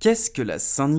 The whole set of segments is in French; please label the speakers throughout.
Speaker 1: Qu'est-ce que la Saint-Nicolas ?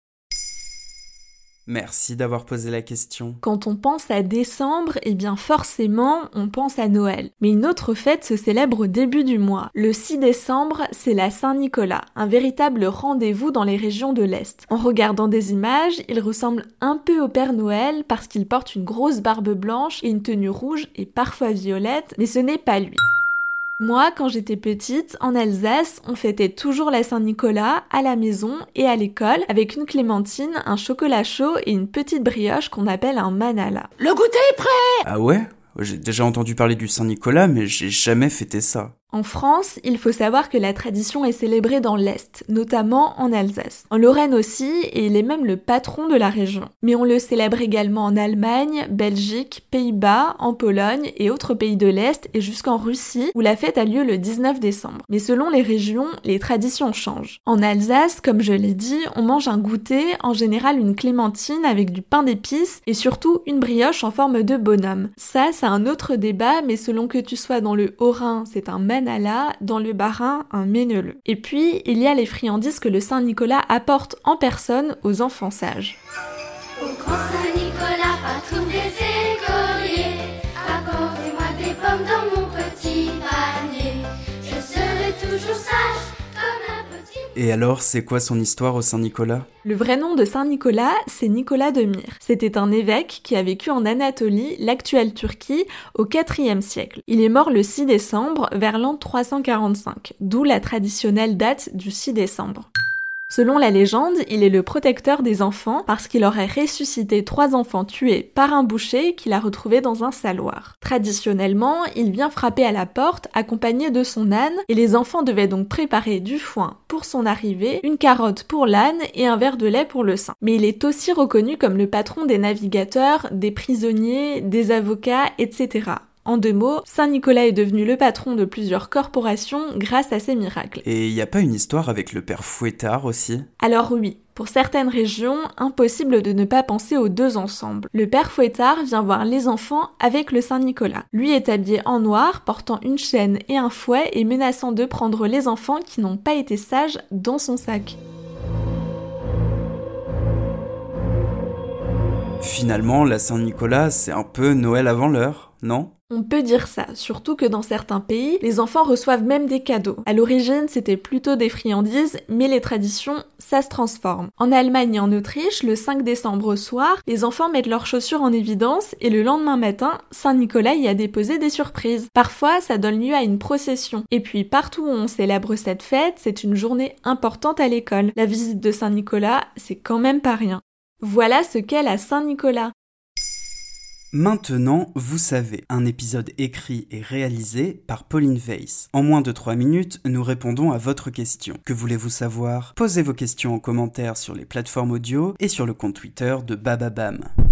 Speaker 1: Merci d'avoir posé la question.
Speaker 2: Quand on pense à décembre, eh bien forcément, on pense à Noël. Mais une autre fête se célèbre au début du mois. Le 6 décembre, c'est la Saint-Nicolas, un véritable rendez-vous dans les régions de l'Est. En regardant des images, il ressemble un peu au Père Noël parce qu'il porte une grosse barbe blanche et une tenue rouge et parfois violette, mais ce n'est pas lui. Moi, quand j'étais petite, en Alsace, on fêtait toujours la Saint-Nicolas à la maison et à l'école avec une clémentine, un chocolat chaud et une petite brioche qu'on appelle un manala.
Speaker 3: Le goûter est prêt!
Speaker 1: Ah ouais ? J'ai déjà entendu parler du Saint-Nicolas, mais j'ai jamais fêté ça.
Speaker 2: En France, il faut savoir que la tradition est célébrée dans l'Est, notamment en Alsace. En Lorraine aussi, et il est même le patron de la région. Mais on le célèbre également en Allemagne, Belgique, Pays-Bas, en Pologne et autres pays de l'Est et jusqu'en Russie, où la fête a lieu le 19 décembre. Mais selon les régions, les traditions changent. En Alsace, comme je l'ai dit, on mange un goûter, en général une clémentine avec du pain d'épices et surtout une brioche en forme de bonhomme. Ça, c'est un autre débat, mais selon que tu sois dans le Haut-Rhin, c'est un manala, dans le Bas-Rhin, un méneleux. Et puis, il y a les friandises que le Saint-Nicolas apporte en personne aux enfants sages.
Speaker 4: Au grand Saint-Nicolas, patron des écoliers, apportez-moi des pommes dans mon petit panier. Je serai toujours sage comme un petit...
Speaker 1: Et alors, c'est quoi son histoire au Saint-Nicolas ?
Speaker 2: Le vrai nom de Saint-Nicolas, c'est Nicolas de Myre. C'était un évêque qui a vécu en Anatolie, l'actuelle Turquie, au IVe siècle. Il est mort le 6 décembre, vers l'an 345, d'où la traditionnelle date du 6 décembre. Selon la légende, il est le protecteur des enfants parce qu'il aurait ressuscité 3 enfants tués par un boucher qu'il a retrouvés dans un saloir. Traditionnellement, il vient frapper à la porte accompagné de son âne et les enfants devaient donc préparer du foin pour son arrivée, une carotte pour l'âne et un verre de lait pour le saint. Mais il est aussi reconnu comme le patron des navigateurs, des prisonniers, des avocats, etc. En 2 mots, Saint-Nicolas est devenu le patron de plusieurs corporations grâce à ses miracles.
Speaker 1: Et y a pas une histoire avec le père Fouettard aussi ?
Speaker 2: Alors oui, pour certaines régions, impossible de ne pas penser aux 2 ensemble. Le père Fouettard vient voir les enfants avec le Saint-Nicolas. Lui est habillé en noir, portant une chaîne et un fouet et menaçant de prendre les enfants qui n'ont pas été sages dans son sac.
Speaker 1: Finalement, la Saint-Nicolas, c'est un peu Noël avant l'heure, non ?
Speaker 2: On peut dire ça, surtout que dans certains pays, les enfants reçoivent même des cadeaux. À l'origine, c'était plutôt des friandises, mais les traditions, ça se transforme. En Allemagne et en Autriche, le 5 décembre au soir, les enfants mettent leurs chaussures en évidence et le lendemain matin, Saint-Nicolas y a déposé des surprises. Parfois, ça donne lieu à une procession. Et puis, partout où on célèbre cette fête, c'est une journée importante à l'école. La visite de Saint-Nicolas, c'est quand même pas rien. Voilà ce qu'est la Saint-Nicolas.
Speaker 1: Maintenant, vous savez, un épisode écrit et réalisé par Pauline Weiss. En moins de 3 minutes, nous répondons à votre question. Que voulez-vous savoir ? Posez vos questions en commentaire sur les plateformes audio et sur le compte Twitter de Bababam.